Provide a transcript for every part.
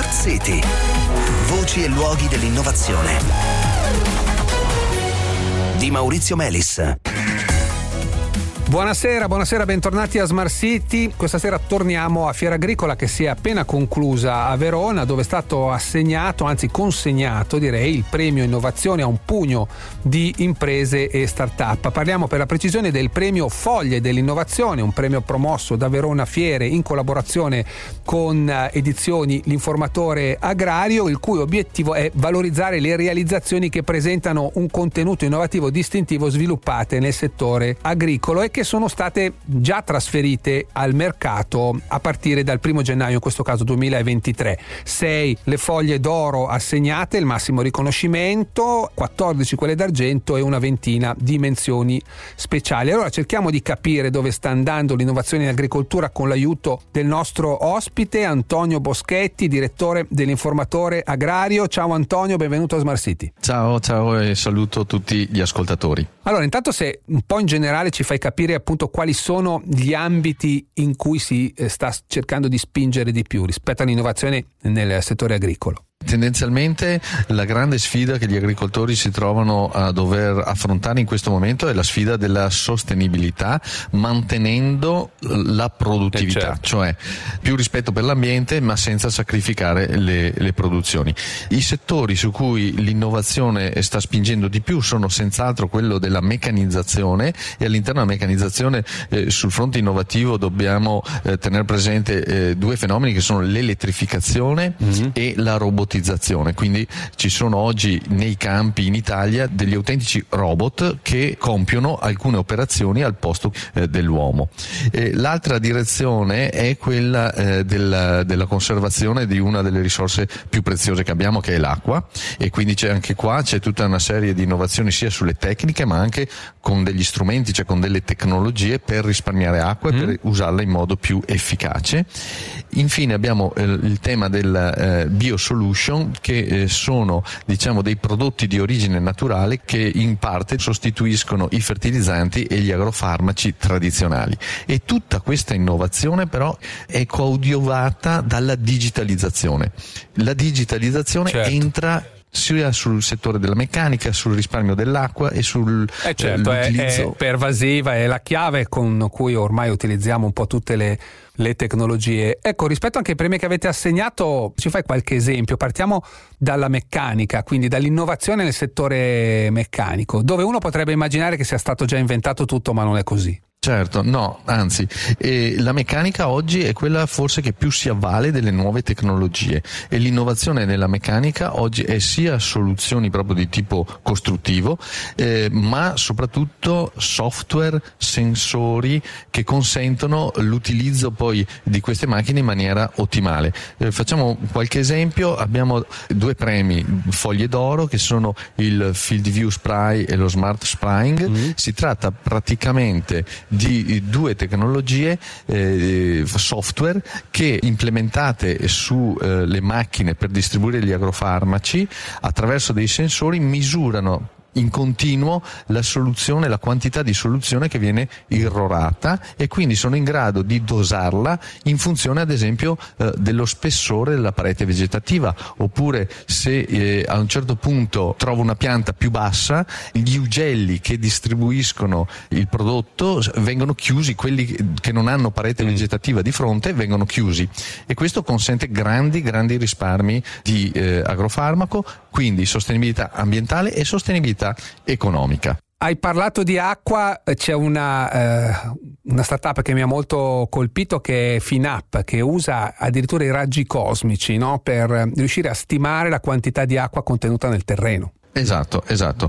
Smart City. Voci e luoghi dell'innovazione. Di Maurizio Melis. Buonasera, bentornati a Smart City. Questa sera torniamo a Fiera Agricola che si è appena conclusa a Verona, dove è stato assegnato, anzi consegnato direi, il premio innovazione a un pugno di imprese e start-up. Parliamo per la precisione del premio Foglie dell'Innovazione, un premio promosso da Verona Fiere in collaborazione con edizioni L'Informatore Agrario, il cui obiettivo è valorizzare le realizzazioni che presentano un contenuto innovativo distintivo sviluppate nel settore agricolo e che sono state già trasferite al mercato a partire dal 1 gennaio, in questo caso 2023. 6 le foglie d'oro assegnate, il massimo riconoscimento, 14 quelle d'argento e una ventina di menzioni speciali. Allora cerchiamo di capire dove sta andando l'innovazione in agricoltura con l'aiuto del nostro ospite Antonio Boschetti, direttore dell'Informatore Agrario. Ciao Antonio, benvenuto a Smart City. Ciao e saluto tutti gli ascoltatori. Allora, intanto se un po' in generale ci fai capire appunto quali sono gli ambiti in cui si sta cercando di spingere di più rispetto all'innovazione nel settore agricolo. Tendenzialmente la grande sfida che gli agricoltori si trovano a dover affrontare in questo momento è la sfida della sostenibilità, mantenendo la produttività, certo. Cioè più rispetto per l'ambiente ma senza sacrificare le produzioni. I settori su cui l'innovazione sta spingendo di più sono senz'altro quello della meccanizzazione, e all'interno della meccanizzazione sul fronte innovativo dobbiamo tenere presente due fenomeni che sono l'elettrificazione e la robotizzazione. Quindi ci sono oggi nei campi in Italia degli autentici robot che compiono alcune operazioni al posto dell'uomo. L'altra direzione è quella della conservazione di una delle risorse più preziose che abbiamo, che è l'acqua, e quindi c'è tutta una serie di innovazioni sia sulle tecniche ma anche con degli strumenti, cioè con delle tecnologie per risparmiare acqua e per usarla in modo più efficace. Infine abbiamo il tema del biosolution, che sono dei prodotti di origine naturale che in parte sostituiscono i fertilizzanti e gli agrofarmaci tradizionali. E tutta questa innovazione però è coadiuvata dalla digitalizzazione. La digitalizzazione entra sia sul settore della meccanica, sul risparmio dell'acqua e sul certo, l'utilizzo. È pervasiva, è la chiave con cui ormai utilizziamo un po' tutte le tecnologie. Ecco, rispetto anche ai premi che avete assegnato, ci fai qualche esempio? Partiamo dalla meccanica, quindi dall'innovazione nel settore meccanico, dove uno potrebbe immaginare che sia stato già inventato tutto, ma non è così. Certo, no, anzi, la meccanica oggi è quella forse che più si avvale delle nuove tecnologie, e l'innovazione nella meccanica oggi è sia soluzioni proprio di tipo costruttivo, ma soprattutto software, sensori che consentono l'utilizzo poi di queste macchine in maniera ottimale. Facciamo qualche esempio: abbiamo 2 premi Foglie d'oro che sono il Field View Spray e lo Smart Spraying. Si tratta praticamente di 2 tecnologie software che, implementate su le macchine per distribuire gli agrofarmaci, attraverso dei sensori misurano in continuo la soluzione, la quantità di soluzione che viene irrorata, e quindi sono in grado di dosarla in funzione ad esempio dello spessore della parete vegetativa, oppure se a un certo punto trovo una pianta più bassa, gli ugelli che distribuiscono il prodotto vengono chiusi, quelli che non hanno parete vegetativa di fronte vengono chiusi, e questo consente grandi risparmi di agrofarmaco, quindi sostenibilità ambientale e sostenibilità economica. Hai parlato di acqua, c'è una startup che mi ha molto colpito, che è Finap, che usa addirittura i raggi cosmici, no? Per riuscire a stimare la quantità di acqua contenuta nel terreno. Esatto.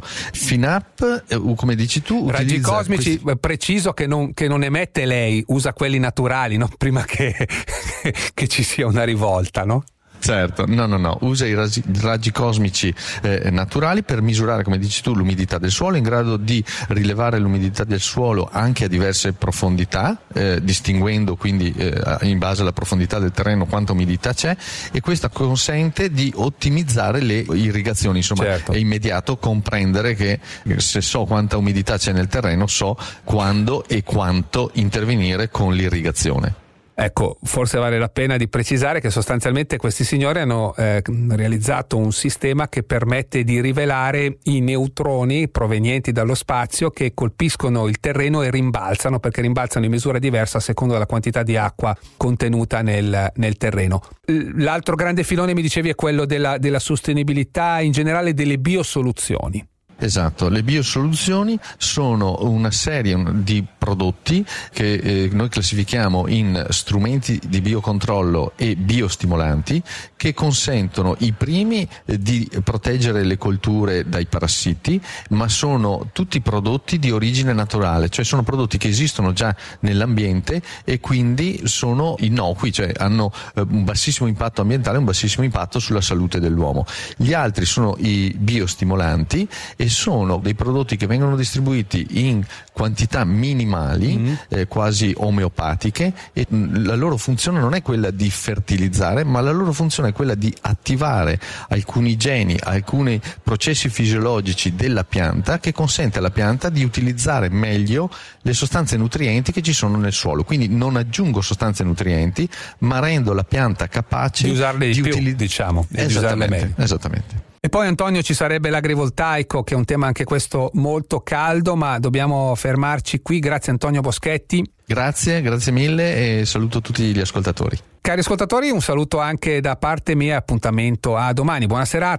Finap, come dici tu, raggi cosmici, preciso che non emette lei, usa quelli naturali, no? Prima che ci sia una rivolta, no? Certo, no, usa i raggi cosmici naturali per misurare, come dici tu, l'umidità del suolo, in grado di rilevare l'umidità del suolo anche a diverse profondità, distinguendo quindi in base alla profondità del terreno quanta umidità c'è, e questo consente di ottimizzare le irrigazioni. Insomma, certo. È immediato comprendere che se so quanta umidità c'è nel terreno, so quando e quanto intervenire con l'irrigazione. Ecco, forse vale la pena di precisare che sostanzialmente questi signori hanno realizzato un sistema che permette di rivelare i neutroni provenienti dallo spazio che colpiscono il terreno e rimbalzano, perché rimbalzano in misura diversa a seconda della quantità di acqua contenuta nel terreno. L'altro grande filone, mi dicevi, è quello della sostenibilità, in generale delle biosoluzioni. Esatto, le biosoluzioni sono una serie di prodotti che noi classifichiamo in strumenti di biocontrollo e biostimolanti, che consentono i primi di proteggere le colture dai parassiti, ma sono tutti prodotti di origine naturale, cioè sono prodotti che esistono già nell'ambiente e quindi sono innocui, cioè hanno un bassissimo impatto ambientale e un bassissimo impatto sulla salute dell'uomo. Gli altri sono i biostimolanti e sono dei prodotti che vengono distribuiti in quantità minimali, quasi omeopatiche, e la loro funzione non è quella di fertilizzare, ma la loro funzione è quella di attivare alcuni geni, alcuni processi fisiologici della pianta, che consente alla pianta di utilizzare meglio le sostanze nutrienti che ci sono nel suolo. Quindi non aggiungo sostanze nutrienti, ma rendo la pianta capace di usarle di più, diciamo, e di usarle meglio. Esattamente. E poi, Antonio, ci sarebbe l'agrivoltaico, che è un tema anche questo molto caldo, ma dobbiamo fermarci qui. Grazie Antonio Boschetti. Grazie mille e saluto tutti gli ascoltatori. Cari ascoltatori, un saluto anche da parte mia, appuntamento a domani. Buona serata.